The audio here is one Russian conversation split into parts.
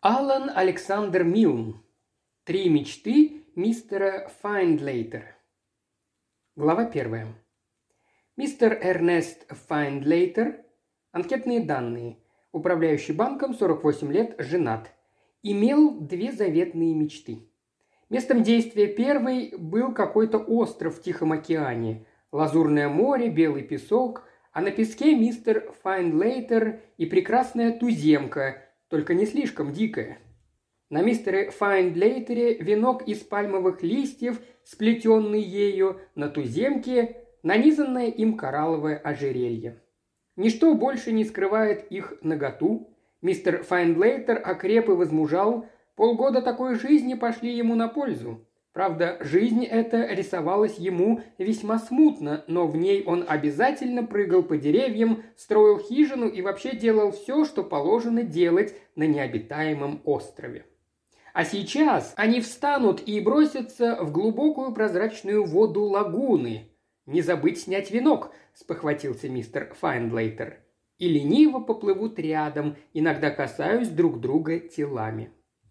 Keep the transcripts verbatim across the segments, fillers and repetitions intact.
Алан Александр Милн. Три мечты мистера Файндлейтера. Глава первая. Мистер Эрнест Файндлейтер. Анкетные данные. Управляющий банком, сорок восемь лет, женат. Имел две заветные мечты. Местом действия первой был какой-то остров в Тихом океане. Лазурное море, белый песок, а на песке мистер Файндлейтер и прекрасная туземка, только не слишком дикая. На мистере Файндлейтере венок из пальмовых листьев, сплетенный ею, на туземке нанизанное им коралловое ожерелье. Ничто больше не скрывает их наготу. Мистер Файндлейтер окреп и возмужал, полгода такой жизни пошли ему на пользу. Правда, жизнь эта рисовалась ему весьма смутно, но в ней он обязательно прыгал по деревьям, строил хижину и вообще делал все, что положено делать на необитаемом острове. А сейчас они встанут и бросятся в глубокую прозрачную воду лагуны. «Не забыть снять венок», – спохватился мистер Файндлейтер. «И лениво поплывут рядом, иногда касаясь друг друга телами».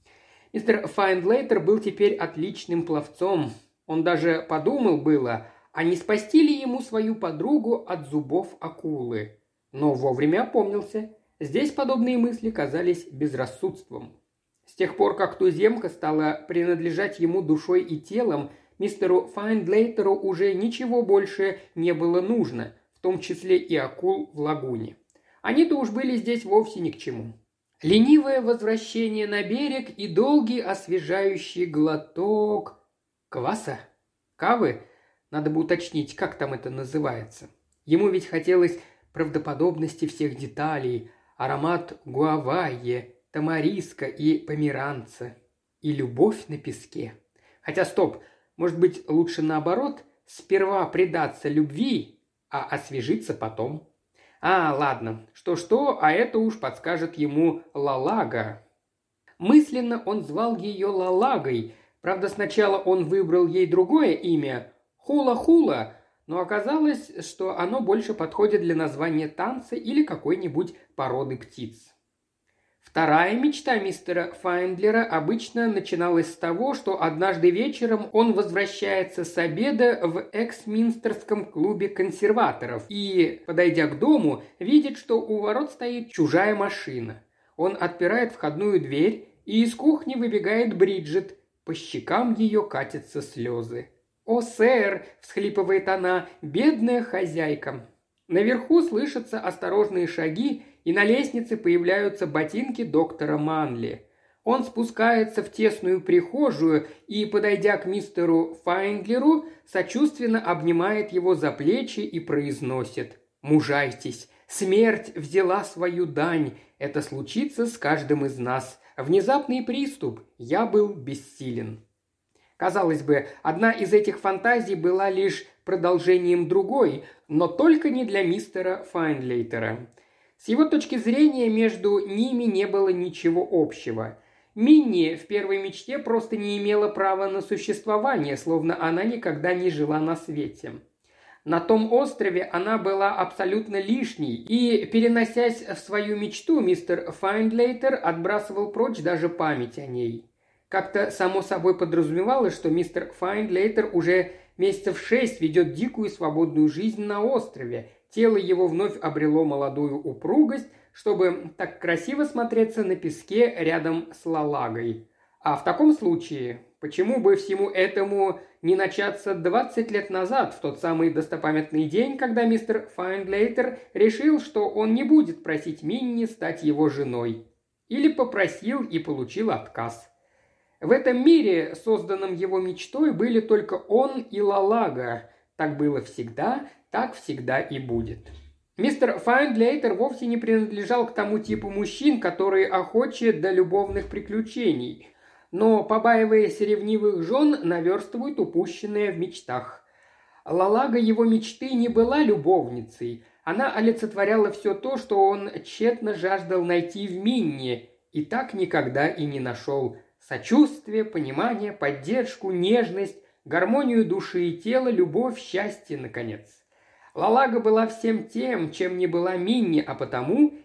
Мистер Файндлейтер был теперь отличным пловцом. Он даже подумал было, а не спасти ли ему свою подругу от зубов акулы. Но вовремя опомнился. Здесь подобные мысли казались безрассудством. С тех пор, как туземка стала принадлежать ему душой и телом, мистеру Файндлейтеру уже ничего больше не было нужно, в том числе и акул в лагуне. Они-то уж были здесь вовсе ни к чему. Ленивое возвращение на берег и долгий освежающий глоток кваса, кавы, надо бы уточнить, как там это называется. Ему ведь хотелось правдоподобности всех деталей, аромат гуавайи, тамариска и померанца, и любовь на песке. Хотя стоп, может быть, лучше наоборот, сперва предаться любви, а освежиться потом. А, ладно, что-что, а это уж подскажет ему Лалага. Мысленно он звал ее Лалагой, правда, сначала он выбрал ей другое имя – Хула-Хула, но оказалось, что оно больше подходит для названия танца или какой-нибудь породы птиц. Вторая мечта мистера Файндлера обычно начиналась с того, что однажды вечером он возвращается с обеда в Эксминстерском клубе консерваторов и, подойдя к дому, видит, что у ворот стоит чужая машина. Он отпирает входную дверь, и из кухни выбегает Бриджит. По щекам ее катятся слезы. «О, сэр!» – всхлипывает она, – «бедная хозяйка». Наверху слышатся осторожные шаги, и на лестнице появляются ботинки доктора Манли. Он спускается в тесную прихожую и, подойдя к мистеру Файндлеру, сочувственно обнимает его за плечи и произносит: «Мужайтесь, смерть взяла свою дань, это случится с каждым из нас. Внезапный приступ, я был бессилен». Казалось бы, одна из этих фантазий была лишь продолжением другой, но только не для мистера Файндлейтера. С его точки зрения между ними не было ничего общего. Минни в первой мечте просто не имела права на существование, словно она никогда не жила на свете. На том острове она была абсолютно лишней, и, переносясь в свою мечту, мистер Файндлейтер отбрасывал прочь даже память о ней. Как-то само собой подразумевалось, что мистер Файндлейтер уже месяцев шесть ведет дикую свободную жизнь на острове. Тело его вновь обрело молодую упругость, чтобы так красиво смотреться на песке рядом с Лалагой. А в таком случае, почему бы всему этому не начаться двадцать лет назад, в тот самый достопамятный день, когда мистер Файндлейтер решил, что он не будет просить Минни стать его женой? Или попросил и получил отказ? В этом мире, созданном его мечтой, были только он и Лалага. Так было всегда, так всегда и будет. Мистер Файндлейтер вовсе не принадлежал к тому типу мужчин, которые охочи до любовных приключений, но, побаиваясь ревнивых жен, наверстывают упущенное в мечтах. Лалага его мечты не была любовницей, она олицетворяла все то, что он тщетно жаждал найти в Минни, и так никогда и не нашел. Сочувствие, понимание, поддержку, нежность, гармонию души и тела, любовь, счастье, наконец. Лалага была всем тем, чем не была Минни, а потому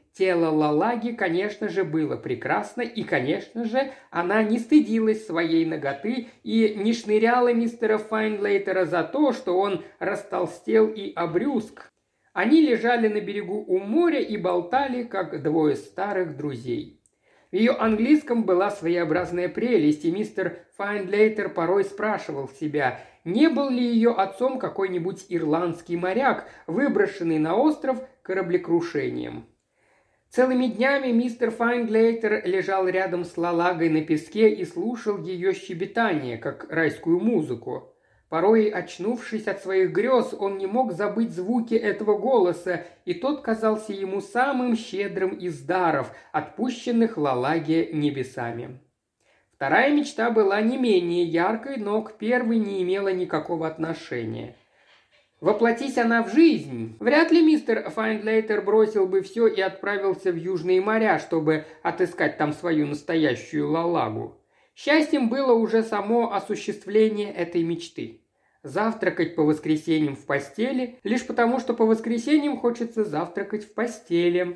тело Лалаги, конечно же, было прекрасно, и, конечно же, она не стыдилась своей наготы и не шныряла мистера Файндлейтера за то, что он растолстел и обрюзг. Они лежали на берегу у моря и болтали, как двое старых друзей. В ее английском была своеобразная прелесть, и мистер Файндлейтер порой спрашивал себя, не был ли ее отцом какой-нибудь ирландский моряк, выброшенный на остров кораблекрушением. Целыми днями мистер Файндлейтер лежал рядом с Лалагой на песке и слушал ее щебетание, как райскую музыку. Порой, очнувшись от своих грез, он не мог забыть звуки этого голоса, и тот казался ему самым щедрым из даров, отпущенных Лалаге небесами. Вторая мечта была не менее яркой, но к первой не имела никакого отношения. Воплотись она в жизнь, вряд ли мистер Файндлейтер бросил бы все и отправился в южные моря, чтобы отыскать там свою настоящую Лалагу. Счастьем было уже само осуществление этой мечты. Завтракать по воскресеньям в постели, лишь потому, что по воскресеньям хочется завтракать в постели.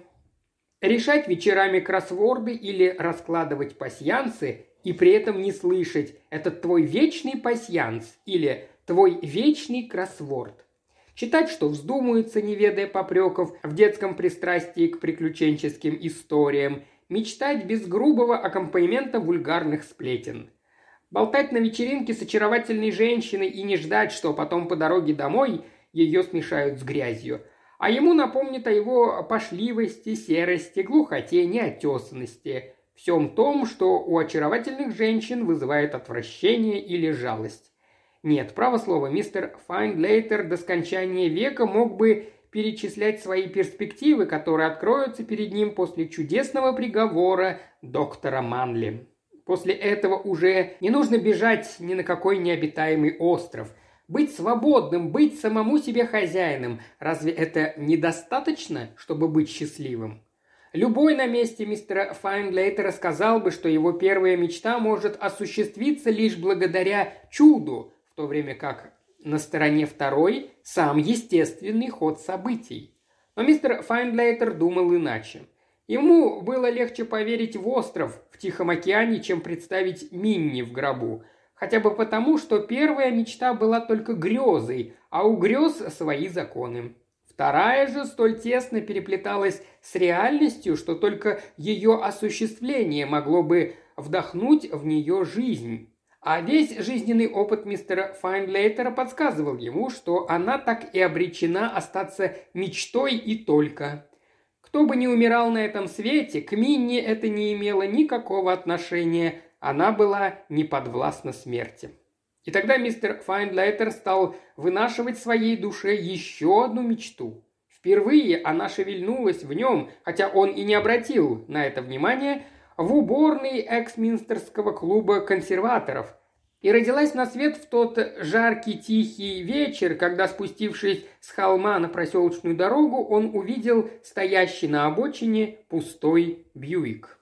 Решать вечерами кроссворды или раскладывать пасьянсы и при этом не слышать «этот твой вечный пасьянс» или «твой вечный кроссворд». Читать, что вздумается, не ведая попреков, в детском пристрастии к приключенческим историям, мечтать без грубого аккомпанемента вульгарных сплетен. Болтать на вечеринке с очаровательной женщиной и не ждать, что потом по дороге домой ее смешают с грязью. А ему напомнит о его пошливости, серости, глухоте, неотесанности. Всем том, что у очаровательных женщин вызывает отвращение или жалость. Нет, право слово, мистер Файндлейтер до скончания века мог бы перечислять свои перспективы, которые откроются перед ним после чудесного приговора доктора Манли. После этого уже не нужно бежать ни на какой необитаемый остров. Быть свободным, быть самому себе хозяином. Разве это недостаточно, чтобы быть счастливым? Любой на месте мистера Файндлейтера сказал бы, что его первая мечта может осуществиться лишь благодаря чуду, в то время как на стороне второй сам естественный ход событий. Но мистер Файндлейтер думал иначе. Ему было легче поверить в остров в Тихом океане, чем представить Минни в гробу. Хотя бы потому, что первая мечта была только грезой, а у грез свои законы. Вторая же столь тесно переплеталась с реальностью, что только ее осуществление могло бы вдохнуть в нее жизнь. А весь жизненный опыт мистера Файндлейтера подсказывал ему, что она так и обречена остаться мечтой и только. Кто бы ни умирал на этом свете, к Минни это не имело никакого отношения, она была не подвластна смерти. И тогда мистер Файндлейтер стал вынашивать в своей душе еще одну мечту. Впервые она шевельнулась в нем, хотя он и не обратил на это внимания, в уборной Эксминстерского клуба консерваторов, и родилась на свет в тот жаркий тихий вечер, когда, спустившись с холма на проселочную дорогу, он увидел стоящий на обочине пустой Бьюик.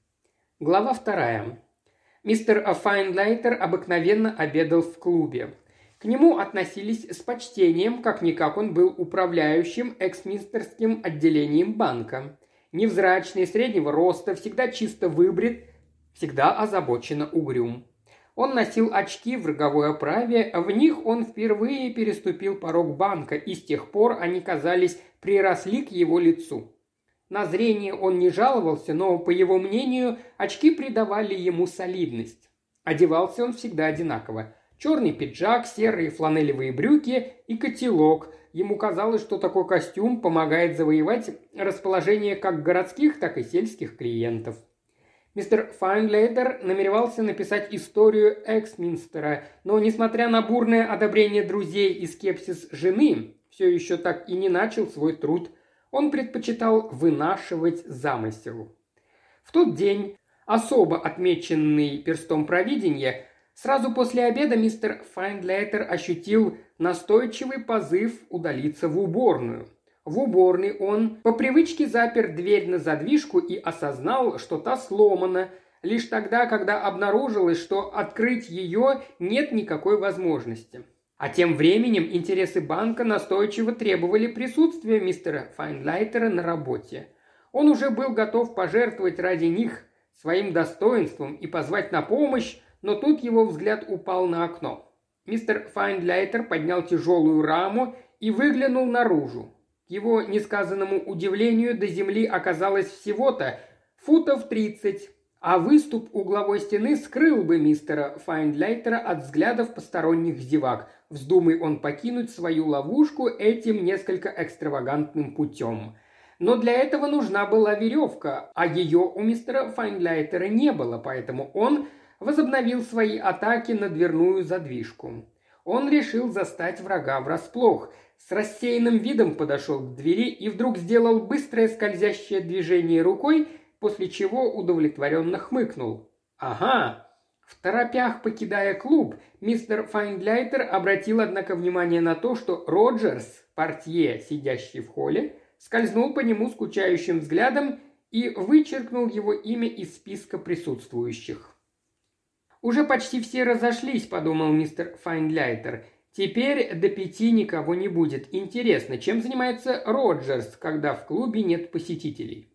Глава вторая. Мистер Файндлейтер обыкновенно обедал в клубе. К нему относились с почтением, как-никак он был управляющим Эксминстерским отделением банка. Невзрачный, среднего роста, всегда чисто выбрит, всегда озабоченно угрюм. Он носил очки в роговой оправе, а в них он впервые переступил порог банка, и с тех пор они, казались, приросли к его лицу. На зрение он не жаловался, но, по его мнению, очки придавали ему солидность. Одевался он всегда одинаково. Черный пиджак, серые фланелевые брюки и котелок. Ему казалось, что такой костюм помогает завоевать расположение как городских, так и сельских клиентов. Мистер Файндлейтер намеревался написать историю Эксминстера, но, несмотря на бурное одобрение друзей и скепсис жены, все еще так и не начал свой труд. Он предпочитал вынашивать замысел. В тот день, особо отмеченный перстом провидения, сразу после обеда мистер Файндлейтер ощутил настойчивый позыв удалиться в уборную. В уборной он по привычке запер дверь на задвижку и осознал, что та сломана, лишь тогда, когда обнаружилось, что открыть ее нет никакой возможности. А тем временем интересы банка настойчиво требовали присутствия мистера Файндлейтера на работе. Он уже был готов пожертвовать ради них своим достоинством и позвать на помощь, но тут его взгляд упал на окно. Мистер Файндлейтер поднял тяжелую раму и выглянул наружу. К его несказанному удивлению до земли оказалось всего-то футов тридцать, а выступ угловой стены скрыл бы мистера Файндлейтера от взглядов посторонних зевак, вздумай он покинуть свою ловушку этим несколько экстравагантным путем. Но для этого нужна была веревка, а ее у мистера Файндлейтера не было, поэтому он возобновил свои атаки на дверную задвижку. Он решил застать врага врасплох. С рассеянным видом подошел к двери и вдруг сделал быстрое скользящее движение рукой, после чего удовлетворенно хмыкнул. «Ага!» В торопях покидая клуб, мистер Файндлейтер обратил, однако, внимание на то, что Роджерс, портье, сидящий в холле, скользнул по нему скучающим взглядом и вычеркнул его имя из списка присутствующих. «Уже почти все разошлись», – подумал мистер Файндлейтер. «Теперь до пяти никого не будет. Интересно, чем занимается Роджерс, когда в клубе нет посетителей?»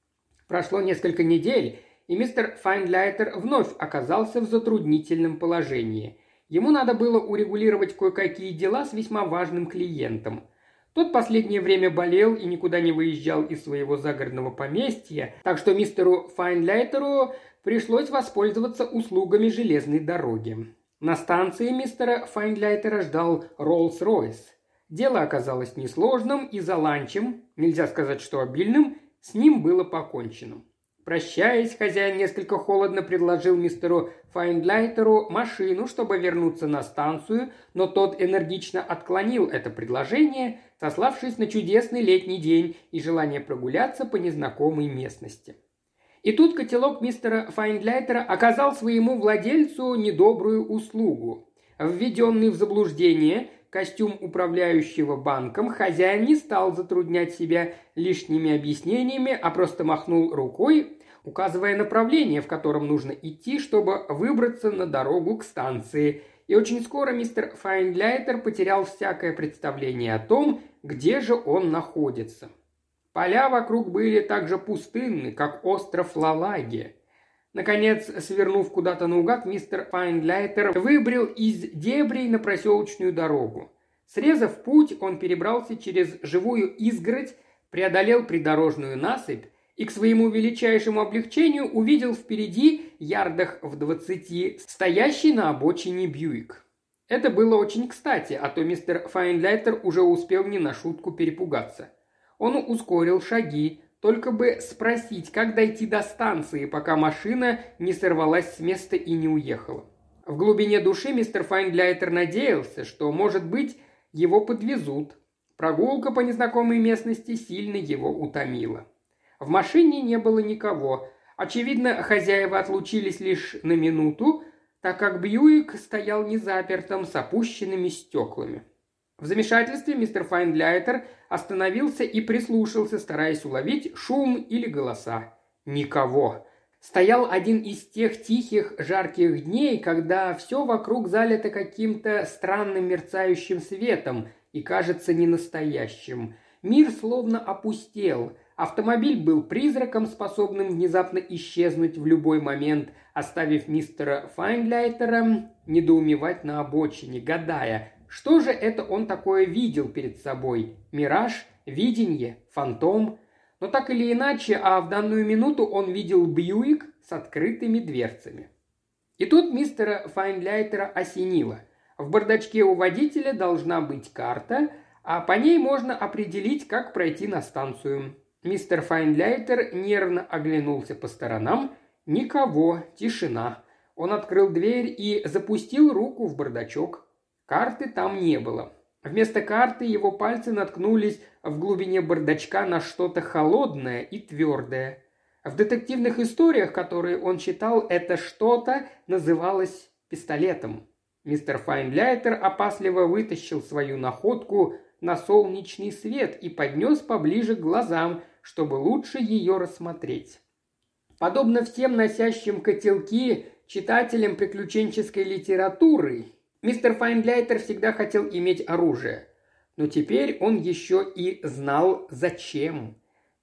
Прошло несколько недель, и мистер Файндлейтер вновь оказался в затруднительном положении. Ему надо было урегулировать кое-какие дела с весьма важным клиентом. Тот последнее время болел и никуда не выезжал из своего загородного поместья, так что мистеру Файндлейтеру пришлось воспользоваться услугами железной дороги. На станции мистера Файндлейтера ждал Роллс-Ройс. Дело оказалось несложным, и за ланчем, нельзя сказать, что обильным, с ним было покончено. Прощаясь, хозяин несколько холодно предложил мистеру Файндлейтеру машину, чтобы вернуться на станцию, но тот энергично отклонил это предложение, сославшись на чудесный летний день и желание прогуляться по незнакомой местности. И тут котелок мистера Файндлейтера оказал своему владельцу недобрую услугу. Введенный в заблуждение костюм управляющего банком, хозяин не стал затруднять себя лишними объяснениями, а просто махнул рукой, указывая направление, в котором нужно идти, чтобы выбраться на дорогу к станции. И очень скоро мистер Файндлейтер потерял всякое представление о том, где же он находится. Поля вокруг были так же пустынны, как остров Лалаги. Наконец, свернув куда-то наугад, мистер Файндлейтер выбрел из дебрей на проселочную дорогу. Срезав путь, он перебрался через живую изгородь, преодолел придорожную насыпь и к своему величайшему облегчению увидел впереди, ярдах в двадцати, стоящий на обочине Бьюик. Это было очень кстати, а то мистер Файндлейтер уже успел не на шутку перепугаться. Он ускорил шаги, только бы спросить, как дойти до станции, пока машина не сорвалась с места и не уехала. В глубине души мистер Файндлейтер надеялся, что, может быть, его подвезут. Прогулка по незнакомой местности сильно его утомила. В машине не было никого. Очевидно, хозяева отлучились лишь на минуту, так как Бьюик стоял незапертым с опущенными стеклами. В замешательстве мистер Файндлейтер остановился и прислушался, стараясь уловить шум или голоса. Никого. Стоял один из тех тихих, жарких дней, когда все вокруг залито каким-то странным мерцающим светом и кажется ненастоящим. Мир словно опустел. Автомобиль был призраком, способным внезапно исчезнуть в любой момент, оставив мистера Файндлейтера недоумевать на обочине, гадая, что же это он такое видел перед собой? Мираж? Виденье? Фантом? Но так или иначе, а в данную минуту он видел Бьюик с открытыми дверцами. И тут мистера Файндлейтера осенило. В бардачке у водителя должна быть карта, а по ней можно определить, как пройти на станцию. Мистер Файндлейтер нервно оглянулся по сторонам. Никого, тишина. Он открыл дверь и запустил руку в бардачок. Карты там не было. Вместо карты его пальцы наткнулись в глубине бардачка на что-то холодное и твердое. В детективных историях, которые он читал, это что-то называлось пистолетом. Мистер Файндлейтер опасливо вытащил свою находку на солнечный свет и поднес поближе к глазам, чтобы лучше ее рассмотреть. Подобно всем носящим котелки читателям приключенческой литературы, мистер Файндлейтер всегда хотел иметь оружие. Но теперь он еще и знал, зачем.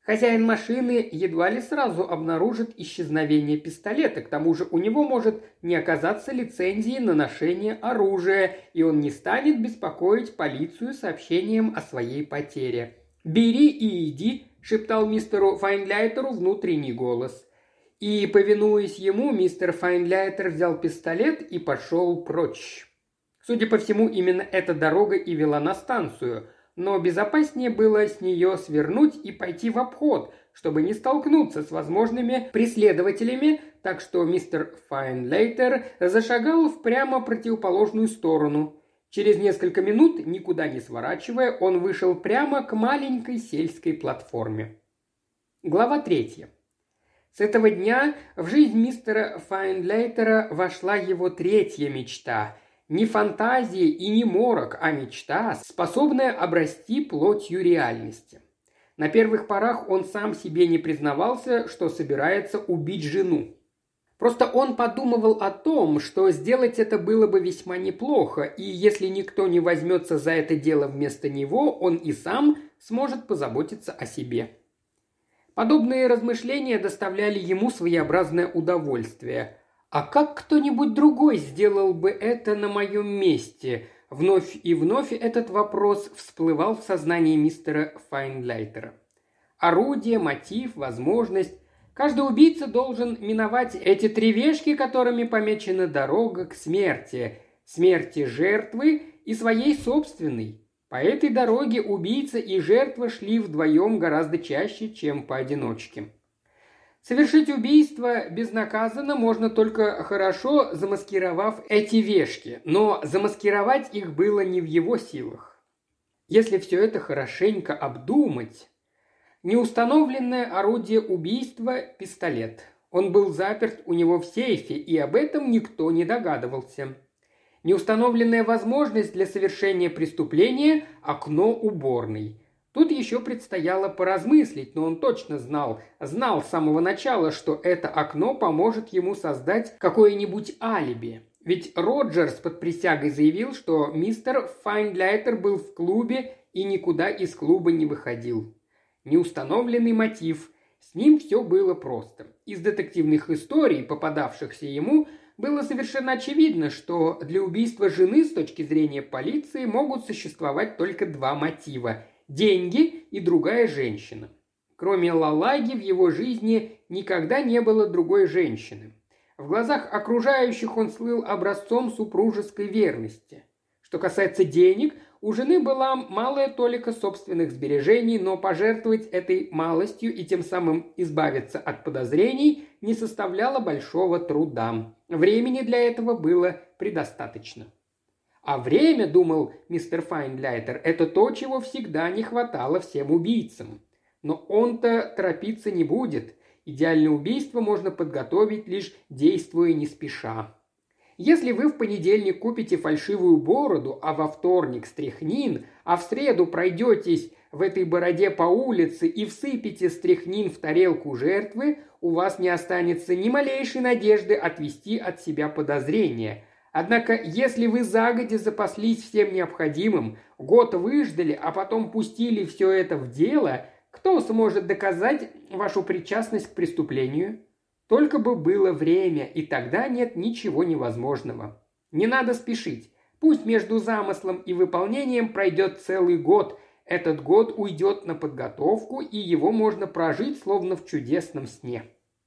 Хозяин машины едва ли сразу обнаружит исчезновение пистолета, к тому же у него может не оказаться лицензии на ношение оружия, и он не станет беспокоить полицию сообщением о своей потере. «Бери и иди», – шептал мистеру Файнляйтеру внутренний голос. И, повинуясь ему, мистер Файнляйтер взял пистолет и пошел прочь. Судя по всему, именно эта дорога и вела на станцию, но безопаснее было с нее свернуть и пойти в обход, чтобы не столкнуться с возможными преследователями, так что мистер Файнлейтер зашагал в прямо противоположную сторону. Через несколько минут, никуда не сворачивая, он вышел прямо к маленькой сельской платформе. Глава третья. С этого дня в жизнь мистера Файнлейтера вошла его третья мечта – не фантазия и не морок, а мечта, способная обрасти плотью реальности. На первых порах он сам себе не признавался, что собирается убить жену. Просто он подумывал о том, что сделать это было бы весьма неплохо, и если никто не возьмется за это дело вместо него, он и сам сможет позаботиться о себе. Подобные размышления доставляли ему своеобразное удовольствие. «А как кто-нибудь другой сделал бы это на моем месте?» Вновь и вновь этот вопрос всплывал в сознании мистера Файнлейтера. Орудие, мотив, возможность. Каждый убийца должен миновать эти три вешки, которыми помечена дорога к смерти. Смерти жертвы и своей собственной. По этой дороге убийца и жертва шли вдвоем гораздо чаще, чем поодиночке. Совершить убийство безнаказанно можно только хорошо замаскировав эти вешки, но замаскировать их было не в его силах. Если все это хорошенько обдумать... Неустановленное орудие убийства – пистолет. Он был заперт у него в сейфе, и об этом никто не догадывался. Неустановленная возможность для совершения преступления – окно уборной. Тут еще предстояло поразмыслить, но он точно знал, знал с самого начала, что это окно поможет ему создать какое-нибудь алиби. Ведь Роджерс под присягой заявил, что мистер Файнлейтер был в клубе и никуда из клуба не выходил. Неустановленный мотив. С ним все было просто. Из детективных историй, попадавшихся ему, было совершенно очевидно, что для убийства жены с точки зрения полиции могут существовать только два мотива – деньги и другая женщина. Кроме Лалаги в его жизни никогда не было другой женщины. В глазах окружающих он слыл образцом супружеской верности. Что касается денег, у жены была малая толика собственных сбережений, но пожертвовать этой малостью и тем самым избавиться от подозрений не составляло большого труда. Времени для этого было предостаточно. А время, думал мистер Файнлейтер, это то, чего всегда не хватало всем убийцам. Но он-то торопиться не будет. Идеальное убийство можно подготовить, лишь действуя не спеша. Если вы в понедельник купите фальшивую бороду, а во вторник стряхнин, а в среду пройдетесь в этой бороде по улице и всыпете стряхнин в тарелку жертвы, у вас не останется ни малейшей надежды отвести от себя подозрения. Однако, если вы загодя запаслись всем необходимым, год выждали, а потом пустили все это в дело, кто сможет доказать вашу причастность к преступлению? Только бы было время, и тогда нет ничего невозможного. Не надо спешить. Пусть между замыслом и выполнением пройдет целый год. Этот год уйдет на подготовку, и его можно прожить, словно в чудесном сне.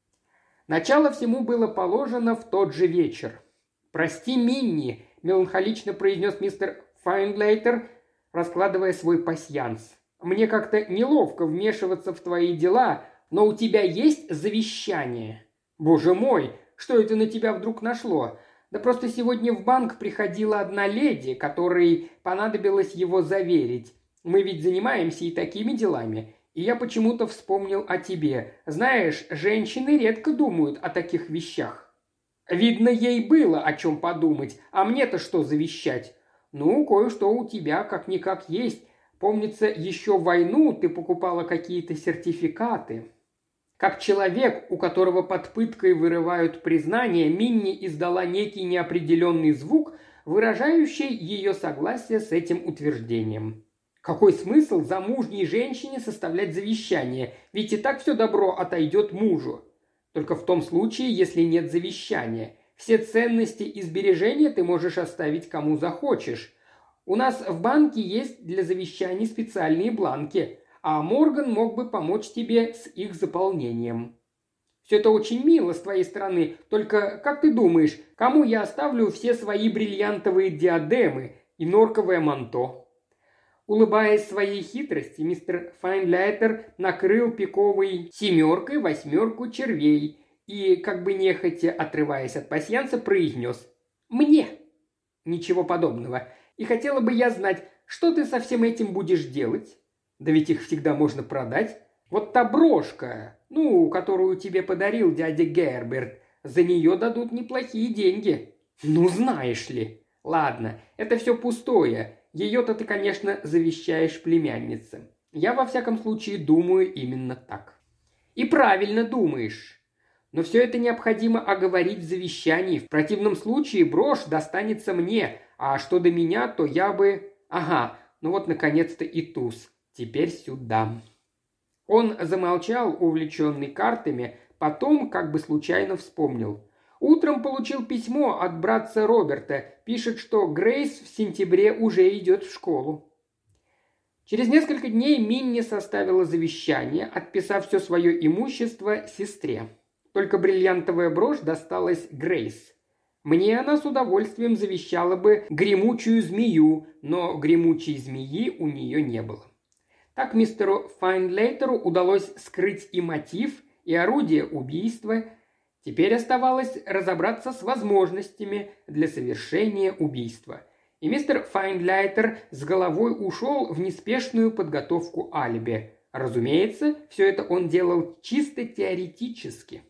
Начало всему было положено в тот же вечер. «Прости, Минни», – меланхолично произнес мистер Файнлейтер, раскладывая свой пасьянс. «Мне как-то неловко вмешиваться в твои дела, но у тебя есть завещание?» «Боже мой, что это на тебя вдруг нашло? Да просто сегодня в банк приходила одна леди, которой понадобилось его заверить. Мы ведь занимаемся и такими делами. И я почему-то вспомнил о тебе. Знаешь, женщины редко думают о таких вещах». «Видно, ей было о чем подумать, а мне-то что завещать?» «Ну, кое-что у тебя как-никак есть. Помнится, еще в войну ты покупала какие-то сертификаты». Как человек, у которого под пыткой вырывают признание, Минни издала некий неопределенный звук, выражающий ее согласие с этим утверждением. Какой смысл замужней женщине составлять завещание? Ведь и так все добро отойдет мужу. Только в том случае, если нет завещания. Все ценности и сбережения ты можешь оставить кому захочешь. У нас в банке есть для завещаний специальные бланки, а Морган мог бы помочь тебе с их заполнением. Все это очень мило с твоей стороны, только как ты думаешь, кому я оставлю все свои бриллиантовые диадемы и норковое манто?» Улыбаясь своей хитрости, мистер Файнляйтер накрыл пиковой семеркой восьмерку червей и, как бы нехотя отрываясь от пасьянса, произнес: «Мне!» «Ничего подобного. И хотела бы я знать, что ты со всем этим будешь делать? Да ведь их всегда можно продать. Вот та брошка, ну, которую тебе подарил дядя Герберт, за нее дадут неплохие деньги. Ну, знаешь ли. Ладно, это все пустое. Ее-то ты, конечно, завещаешь племяннице. Я, во всяком случае, думаю именно так». «И правильно думаешь. Но все это необходимо оговорить в завещании. В противном случае брошь достанется мне, а что до меня, то я бы... Ага, ну вот, наконец-то и туз. Теперь сюда». Он замолчал, увлеченный картами, потом как бы случайно вспомнил. «Утром получил письмо от братца Роберта. Пишет, что Грейс в сентябре уже идет в школу». Через несколько дней Минни составила завещание, отписав все свое имущество сестре. Только бриллиантовая брошь досталась Грейс. Мне она с удовольствием завещала бы гремучую змею, но гремучей змеи у нее не было. Так мистеру Файндлейтеру удалось скрыть и мотив, и орудие убийства. Теперь оставалось разобраться с возможностями для совершения убийства. И мистер Файндлайтер с головой ушел в неспешную подготовку алиби. Разумеется, все это он делал чисто теоретически.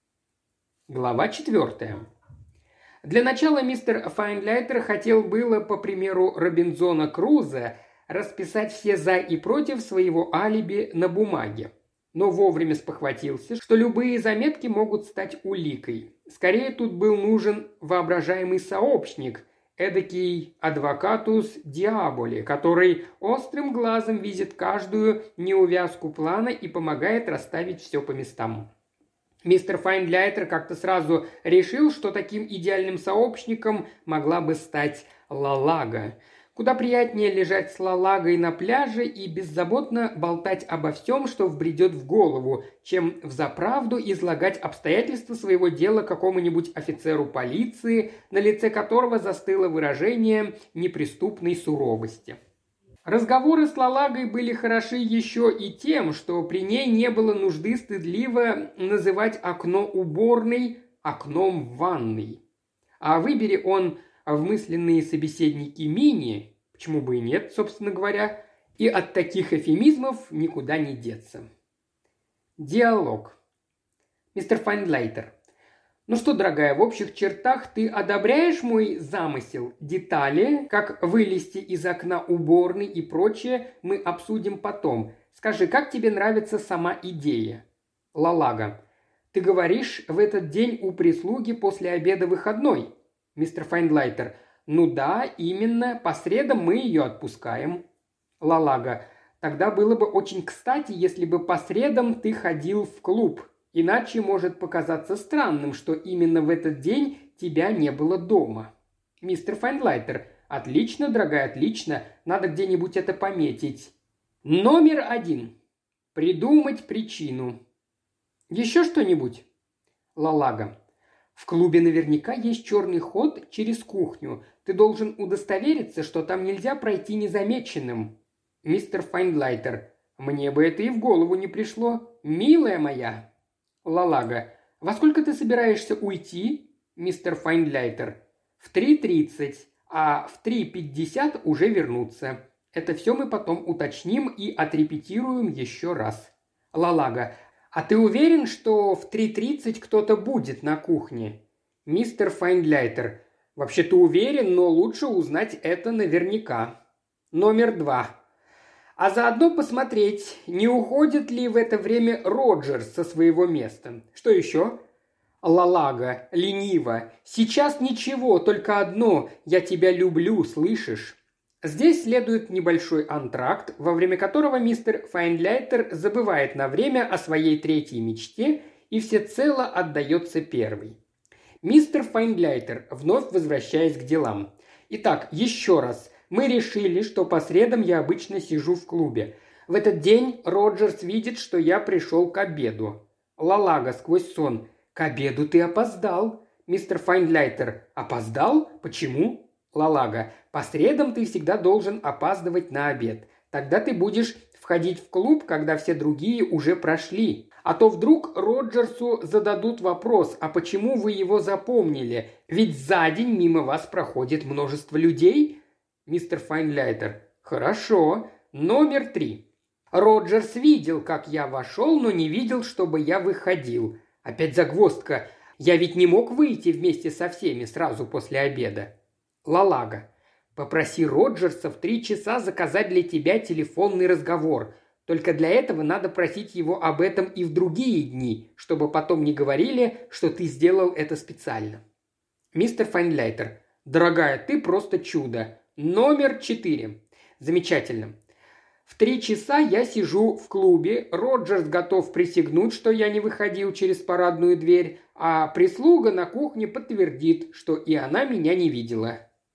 Глава четвертая. Для начала мистер Файндлайтер хотел было, по примеру Робинзона Круза, расписать все «за» и «против» своего алиби на бумаге. Но вовремя спохватился, что любые заметки могут стать уликой. Скорее тут был нужен воображаемый сообщник, эдакий адвокатус диаболи, который острым глазом видит каждую неувязку плана и помогает расставить все по местам. Мистер Файндлайтер как-то сразу решил, что таким идеальным сообщником могла бы стать Лалага. Куда приятнее лежать с Лалагой на пляже и беззаботно болтать обо всем, что вбредет в голову, чем взаправду излагать обстоятельства своего дела какому-нибудь офицеру полиции, на лице которого застыло выражение неприступной суровости. Разговоры с Лалагой были хороши еще и тем, что при ней не было нужды стыдливо называть окно уборной окном в ванной. А выбери он в мысленные собеседники Мини, почему бы и нет, собственно говоря, и от таких эвфемизмов никуда не деться. Диалог. Мистер Файндлайтер. Ну что, дорогая, в общих чертах ты одобряешь мой замысел? Детали, как вылезти из окна уборной и прочее, мы обсудим потом. Скажи, как тебе нравится сама идея? Лалага. Ты говоришь, в этот день у прислуги после обеда выходной? Мистер Файндлайтер. Ну да, именно, по средам мы ее отпускаем. Лалага. Тогда было бы очень кстати, если бы по средам ты ходил в клуб. Иначе может показаться странным, что именно в этот день тебя не было дома. Мистер Файндлайтер. Отлично, дорогая, отлично. Надо где-нибудь это пометить. Номер один. Придумать причину. Еще что-нибудь? Лалага. В клубе наверняка есть черный ход через кухню. Ты должен удостовериться, что там нельзя пройти незамеченным. Мистер Файндлайтер. Мне бы это и в голову не пришло. Милая моя. Лалага. Во сколько ты собираешься уйти? Мистер Файндлайтер. В три тридцать, а в три пятьдесят уже вернуться. Это все мы потом уточним и отрепетируем еще раз. Лалага. А ты уверен, что в три тридцать кто-то будет на кухне? Мистер Файндлайтер. Вообще-то уверен, но лучше узнать это наверняка. Номер два. А заодно посмотреть, не уходит ли в это время Роджерс со своего места. Что еще? Лалага, лениво. Сейчас ничего, только одно. Я тебя люблю, слышишь? Здесь следует небольшой антракт, во время которого мистер Файнляйтер забывает на время о своей третьей мечте и всецело отдается первой. Мистер Файнляйтер, вновь возвращаясь к делам. Итак, еще раз. Мы решили, что по средам я обычно сижу в клубе. В этот день Роджерс видит, что я пришел к обеду. Лалага сквозь сон. К обеду ты опоздал. Мистер Файнляйтер. Опоздал? Почему? Лалага. По средам ты всегда должен опаздывать на обед. Тогда ты будешь входить в клуб, когда все другие уже прошли. А то вдруг Роджерсу зададут вопрос, а почему вы его запомнили? Ведь за день мимо вас проходит множество людей. Мистер Файнляйтер. Хорошо. Номер три. Роджерс видел, как я вошел, но не видел, чтобы я выходил. Опять загвоздка. Я ведь не мог выйти вместе со всеми сразу после обеда. Лалага. Попроси Роджерса в три часа заказать для тебя телефонный разговор. Только для этого надо просить его об этом и в другие дни, чтобы потом не говорили, что ты сделал это специально. Мистер Файнляйтер. Дорогая, ты просто чудо. Номер четыре. Замечательно. В три часа я сижу в клубе, Роджерс готов присягнуть, что я не выходил через парадную дверь, а прислуга на кухне подтвердит, что и она меня не видела.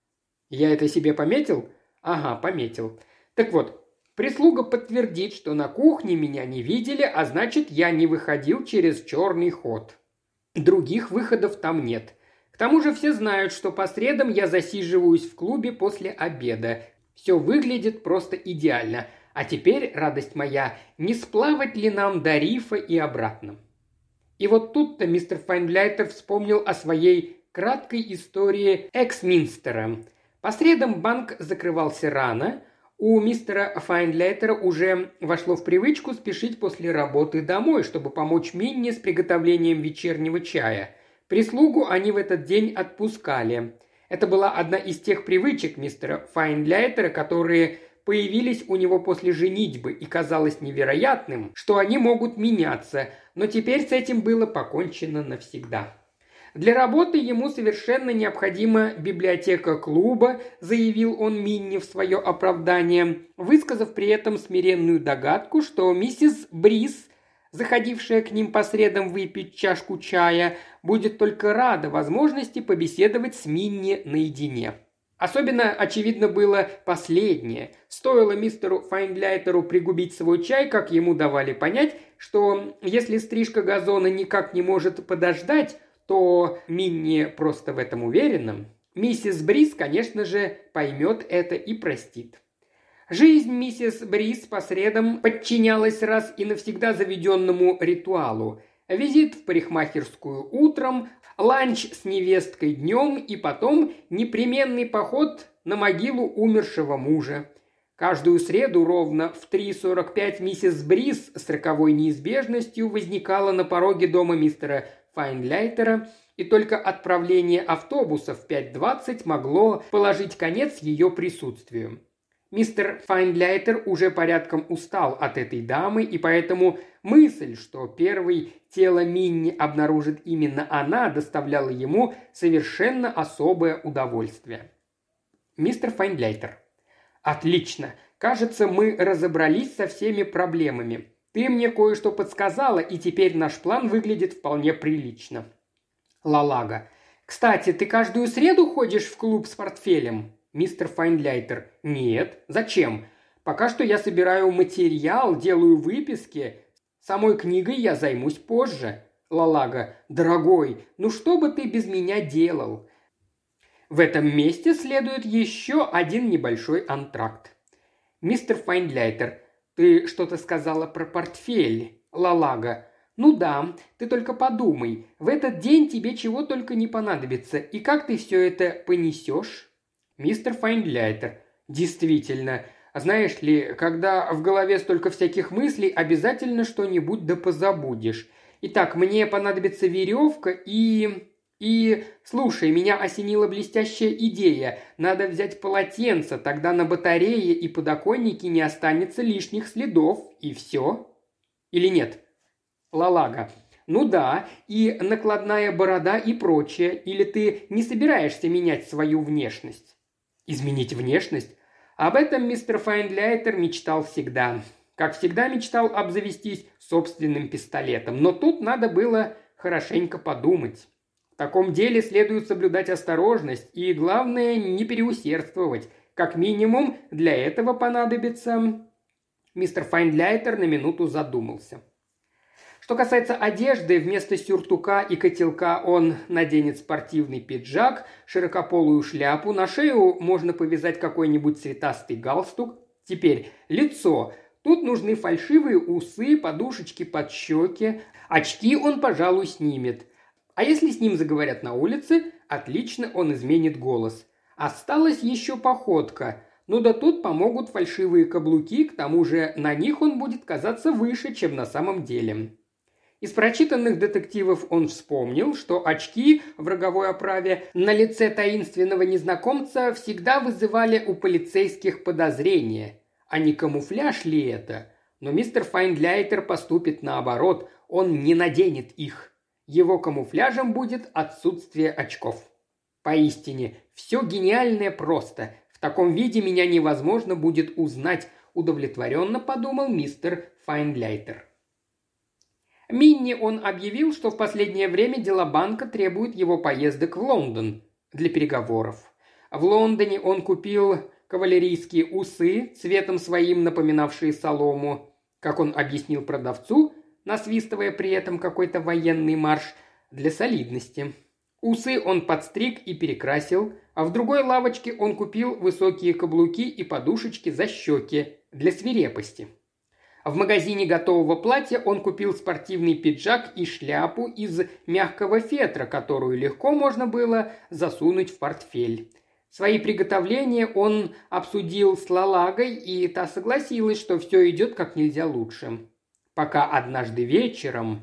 Я это себе пометил? Ага, пометил. Так вот, прислуга подтвердит, что на кухне меня не видели, а значит, я не выходил через черный ход. Других выходов там нет. К тому же все знают, что по средам я засиживаюсь в клубе после обеда. Все выглядит просто идеально. А теперь, радость моя, не сплавать ли нам до рифа и обратно? И вот тут-то мистер Файнляйтер вспомнил о своей краткой истории Эксминстера. По средам банк закрывался рано. У мистера Файнляйтера уже вошло в привычку спешить после работы домой, чтобы помочь Минни с приготовлением вечернего чая. Прислугу они в этот день отпускали. Это была одна из тех привычек мистера Файнляйтера, которые появились у него после женитьбы, и казалось невероятным, что они могут меняться, но теперь с этим было покончено навсегда. Для работы ему совершенно необходима библиотека клуба, заявил он Минни в свое оправдание, высказав при этом смиренную догадку, что миссис Брис, заходившая к ним по средам выпить чашку чая, будет только рада возможности побеседовать с Минни наедине. Особенно очевидно было последнее. Стоило мистеру Файнляйтеру пригубить свой чай, как ему давали понять, что если стрижка газона никак не может подождать, то Минни просто в этом уверена. Миссис Брис, конечно же, поймет это и простит. Жизнь миссис Брис по средам подчинялась раз и навсегда заведенному ритуалу. Визит в парикмахерскую утром, ланч с невесткой днем и потом непременный поход на могилу умершего мужа. Каждую среду ровно в три сорок пять миссис Брис с роковой неизбежностью возникала на пороге дома мистера Файнляйтера, и только отправление автобуса в пять двадцать могло положить конец ее присутствию. Мистер Файнляйтер уже порядком устал от этой дамы, и поэтому мысль, что первой тело Минни обнаружит именно она, доставляла ему совершенно особое удовольствие. Мистер Файнляйтер. Отлично. Кажется, мы разобрались со всеми проблемами. Ты мне кое-что подсказала, и теперь наш план выглядит вполне прилично. Лалага. Кстати, ты каждую среду ходишь в клуб с портфелем? Мистер Файнляйтер. Нет. Зачем? Пока что я собираю материал, делаю выписки. Самой книгой я займусь позже. Лалага. Дорогой, ну что бы ты без меня делал? В этом месте следует еще один небольшой антракт. Мистер Файнляйтер. Ты что-то сказала про портфель. Лалага. Ну да, ты только подумай. В этот день тебе чего только не понадобится. И как ты все это понесешь? Мистер Файнляйтер. Действительно. Знаешь ли, когда в голове столько всяких мыслей, обязательно что-нибудь да позабудешь. Итак, мне понадобится веревка и... И, слушай, меня осенила блестящая идея. Надо взять полотенце, тогда на батарее и подоконнике не останется лишних следов. И все. Или нет? Лалага. Ну да, и накладная борода и прочее. Или ты не собираешься менять свою внешность? Изменить внешность? Об этом мистер Файндлейтер мечтал всегда. Как всегда мечтал обзавестись собственным пистолетом. Но тут надо было хорошенько подумать. В таком деле следует соблюдать осторожность и, главное, не переусердствовать. Как минимум, для этого понадобится... Мистер Файндлейтер на минуту задумался. Что касается одежды, вместо сюртука и котелка он наденет спортивный пиджак, широкополую шляпу, на шею можно повязать какой-нибудь цветастый галстук. Теперь лицо. Тут нужны фальшивые усы, подушечки под щеки. Очки он, пожалуй, снимет. А если с ним заговорят на улице, отлично он изменит голос. Осталась еще походка. Ну да тут помогут фальшивые каблуки, к тому же на них он будет казаться выше, чем на самом деле. Из прочитанных детективов он вспомнил, что очки в роговой оправе на лице таинственного незнакомца всегда вызывали у полицейских подозрения. А не камуфляж ли это? Но мистер Файндлейтер поступит наоборот, он не наденет их. Его камуфляжем будет отсутствие очков. Поистине, все гениальное просто. В таком виде меня невозможно будет узнать, удовлетворенно подумал мистер Файндлейтер. Минни он объявил, что в последнее время дела банка требуют его поездок в Лондон для переговоров. В Лондоне он купил кавалерийские усы, цветом своим напоминавшие солому, как он объяснил продавцу, насвистывая при этом какой-то военный марш, для солидности. Усы он подстриг и перекрасил, а в другой лавочке он купил высокие каблуки и подушечки за щеки для свирепости. В магазине готового платья он купил спортивный пиджак и шляпу из мягкого фетра, которую легко можно было засунуть в портфель. Свои приготовления он обсудил с Лалагой, и та согласилась, что все идет как нельзя лучше. Пока однажды вечером...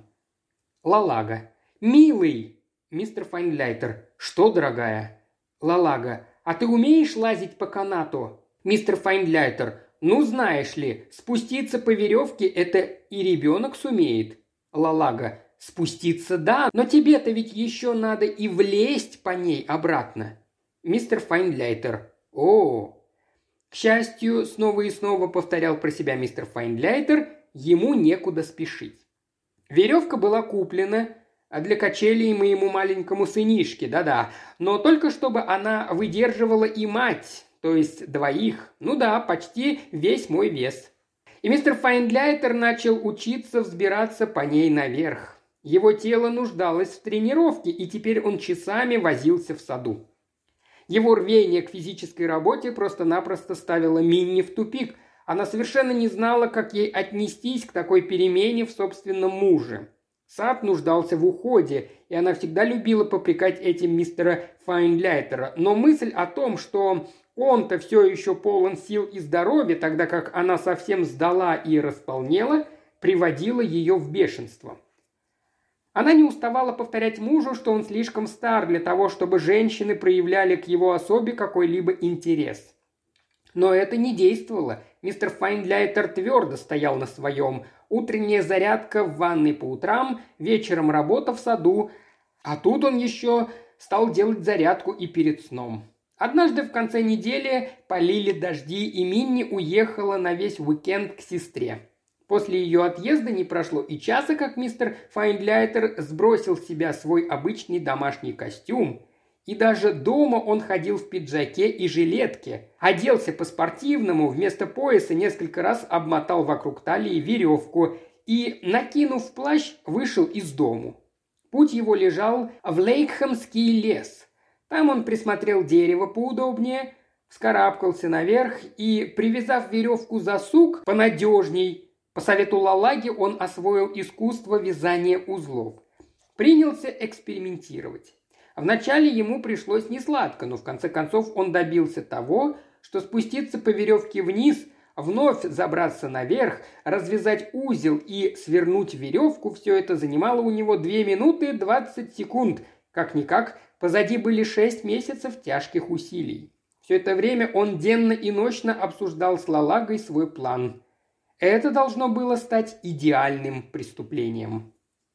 Лалага. «Милый!» Мистер Файндлейтер. «Что, дорогая?» Лалага. «А ты умеешь лазить по канату?» Мистер Файндлейтер. «Ну, знаешь ли, спуститься по веревке – это и ребенок сумеет». Лалага. «Спуститься – да, но тебе-то ведь еще надо и влезть по ней обратно». Мистер Файндлейтер. «О!» К счастью, снова и снова повторял про себя мистер Файндлейтер, ему некуда спешить. Веревка была куплена для качелей моему маленькому сынишке, да-да, но только чтобы она выдерживала и мать, то есть двоих, ну да, почти весь мой вес. И мистер Файндлейтер начал учиться взбираться по ней наверх. Его тело нуждалось в тренировке, и теперь он часами возился в саду. Его рвение к физической работе просто-напросто ставило Минни в тупик. Она совершенно не знала, как ей отнестись к такой перемене в собственном муже. Сад нуждался в уходе, и она всегда любила попрекать этим мистера Файндлейтера. Но мысль о том, что он-то все еще полон сил и здоровья, тогда как она совсем сдала и располнела, приводила ее в бешенство. Она не уставала повторять мужу, что он слишком стар для того, чтобы женщины проявляли к его особе какой-либо интерес. Но это не действовало. Мистер Файндлейтер твердо стоял на своем. Утренняя зарядка в ванной по утрам, вечером работа в саду. А тут он еще стал делать зарядку и перед сном. Однажды в конце недели полили дожди, и Минни уехала на весь уикенд к сестре. После ее отъезда не прошло и часа, как мистер Файндлейтер сбросил с себя свой обычный домашний костюм. И даже дома он ходил в пиджаке и жилетке, оделся по-спортивному, вместо пояса несколько раз обмотал вокруг талии веревку и, накинув плащ, вышел из дому. Путь его лежал в Лейкхэмский лес. Там он присмотрел дерево поудобнее, вскарабкался наверх и, привязав веревку за сук понадежней, по совету Лалаги он освоил искусство вязания узлов. Принялся экспериментировать. Вначале ему пришлось несладко, но в конце концов он добился того, что спуститься по веревке вниз, вновь забраться наверх, развязать узел и свернуть веревку – все это занимало у него две минуты двадцать секунд. Как-никак, позади были шесть месяцев тяжких усилий. Все это время он денно и ночно обсуждал с Лалагой свой план. Это должно было стать идеальным преступлением.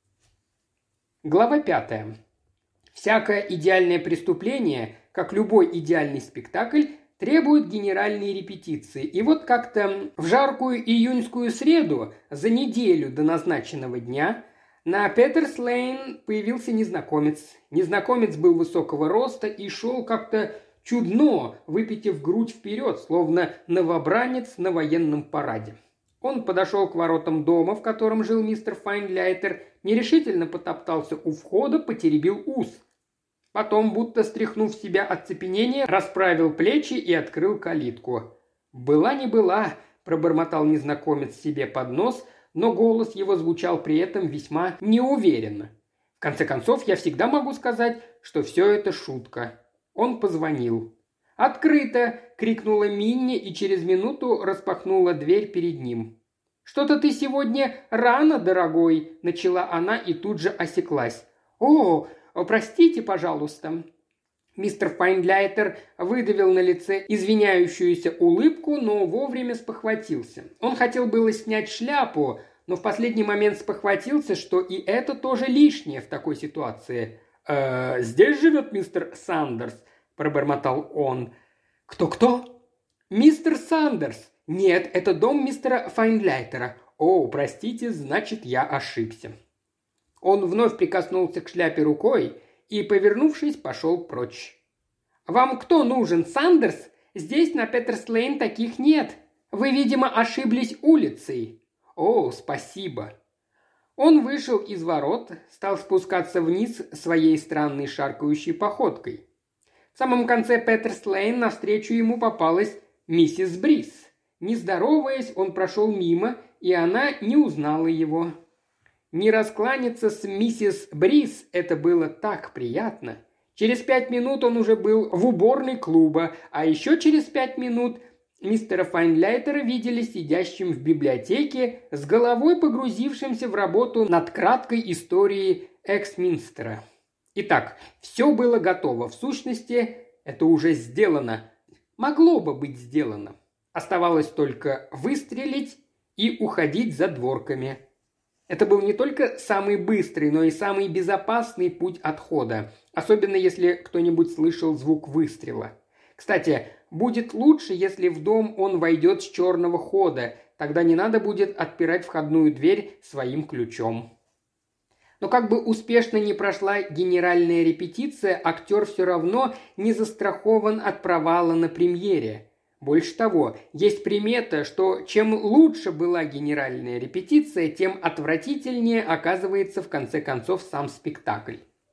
Глава пятая. Всякое идеальное преступление, как любой идеальный спектакль, требуют генеральные репетиции. И вот как-то в жаркую июньскую среду, за неделю до назначенного дня, на Петерс-Лейн появился незнакомец. Незнакомец был высокого роста и шел как-то чудно, выпитив грудь вперед, словно новобранец на военном параде. Он подошел к воротам дома, в котором жил мистер Файнляйтер, нерешительно потоптался у входа, потеребил ус. Потом, будто стряхнув с себя оцепенение, расправил плечи и открыл калитку. «Была не была», – пробормотал незнакомец себе под нос, но голос его звучал при этом весьма неуверенно. «В конце концов, я всегда могу сказать, что все это шутка». Он позвонил. «Открыто!» – крикнула Минни и через минуту распахнула дверь перед ним. «Что-то ты сегодня рано, дорогой!» – начала она и тут же осеклась. «О, простите, пожалуйста!» Мистер Файнляйтер выдавил на лице извиняющуюся улыбку, но вовремя спохватился. Он хотел было снять шляпу, но в последний момент спохватился, что и это тоже лишнее в такой ситуации. «Э, «Здесь живет мистер Сандерс», – пробормотал он. «Кто-кто?» «Мистер Сандерс. Нет, это дом мистера Файнляйтера. О, простите, значит, я ошибся». Он вновь прикоснулся к шляпе рукой и, повернувшись, пошел прочь. «Вам кто нужен, Сандерс? Здесь на Петерс-Лейн таких нет. Вы, видимо, ошиблись улицей». «О, спасибо». Он вышел из ворот, стал спускаться вниз своей странной шаркающей походкой. В самом конце Петерс-Лейн навстречу ему попалась миссис Брис. Не здороваясь, он прошел мимо, и она не узнала его. Не раскланяться с миссис Брис – это было так приятно. Через пять минут он уже был в уборной клуба, а еще через пять минут мистера Файнляйтера видели сидящим в библиотеке, с головой погрузившимся в работу над краткой историей Эксминстера. Итак, все было готово. В сущности, это уже сделано. Могло бы быть сделано. Оставалось только выстрелить и уходить за дворками. Это был не только самый быстрый, но и самый безопасный путь отхода, особенно если кто-нибудь слышал звук выстрела. Кстати, будет лучше, если в дом он войдет с черного хода, тогда не надо будет отпирать входную дверь своим ключом. Но как бы успешно ни прошла генеральная репетиция, актер все равно не застрахован от провала на премьере. Больше того, есть примета, что чем лучше была генеральная репетиция, тем отвратительнее оказывается в конце концов сам спектакль.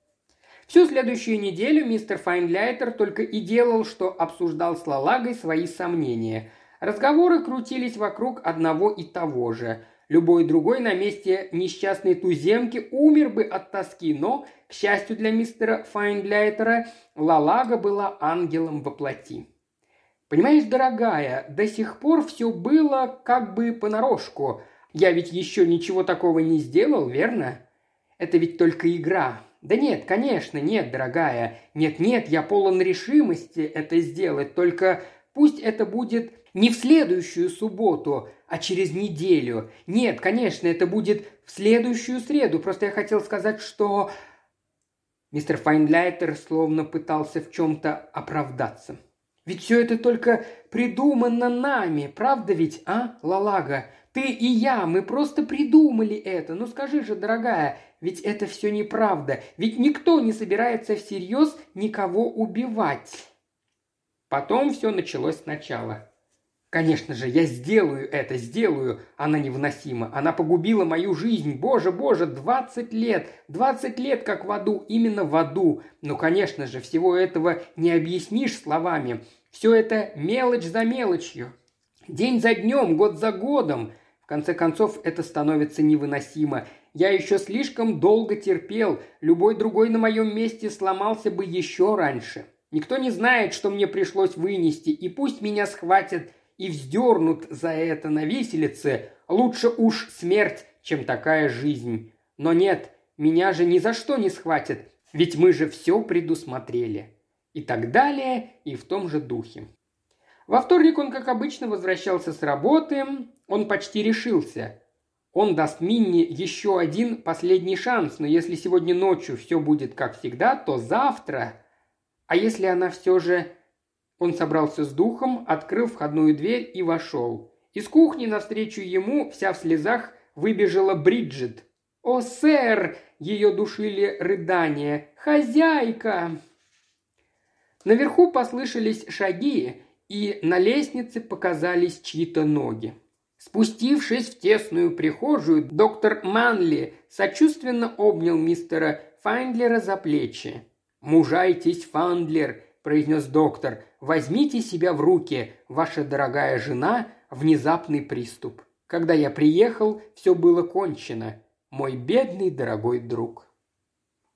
Всю следующую неделю мистер Файнляйтер только и делал, что обсуждал с Лалагой свои сомнения. Разговоры крутились вокруг одного и того же. Любой другой на месте несчастной туземки умер бы от тоски, но, к счастью для мистера Файнляйтера, Лалага была ангелом во плоти. «Понимаешь, дорогая, до сих пор все было как бы понарошку. Я ведь еще ничего такого не сделал, верно? Это ведь только игра. Да нет, конечно, нет, дорогая. Нет-нет, я полон решимости это сделать, только пусть это будет не в следующую субботу, а через неделю. Нет, конечно, это будет в следующую среду. Просто я хотел сказать, что...» Мистер Файнляйтер словно пытался в чем-то оправдаться. «Ведь все это только придумано нами, правда ведь, а, Лалага? Ты и я, мы просто придумали это. Ну скажи же, дорогая, ведь это все неправда. Ведь никто не собирается всерьез никого убивать». Потом все началось сначала. «Конечно же, я сделаю это, сделаю. Она невыносима. Она погубила мою жизнь. Боже, боже, двадцать лет. Двадцать лет как в аду. Именно в аду. Ну, конечно же, всего этого не объяснишь словами. Все это мелочь за мелочью. День за днем, год за годом. В конце концов, это становится невыносимо. Я еще слишком долго терпел. Любой другой на моем месте сломался бы еще раньше. Никто не знает, что мне пришлось вынести. И пусть меня схватят и вздернут за это на виселице, лучше уж смерть, чем такая жизнь. Но нет, меня же ни за что не схватят, ведь мы же все предусмотрели». И так далее, и в том же духе. Во вторник он, как обычно, возвращался с работы. Он почти решился. Он даст Минни еще один последний шанс, но если сегодня ночью все будет как всегда, то завтра... А если она все же Он собрался с духом, открыл входную дверь и вошел. Из кухни навстречу ему, вся в слезах, выбежала Бриджит. «О, сэр!» – ее душили рыдания. «Хозяйка!» Наверху послышались шаги, и на лестнице показались чьи-то ноги. Спустившись в тесную прихожую, доктор Манли сочувственно обнял мистера Файндлера за плечи. «Мужайтесь, Фандлер», – произнес доктор, – «возьмите себя в руки, ваша дорогая жена – внезапный приступ. Когда я приехал, все было кончено, мой бедный дорогой друг».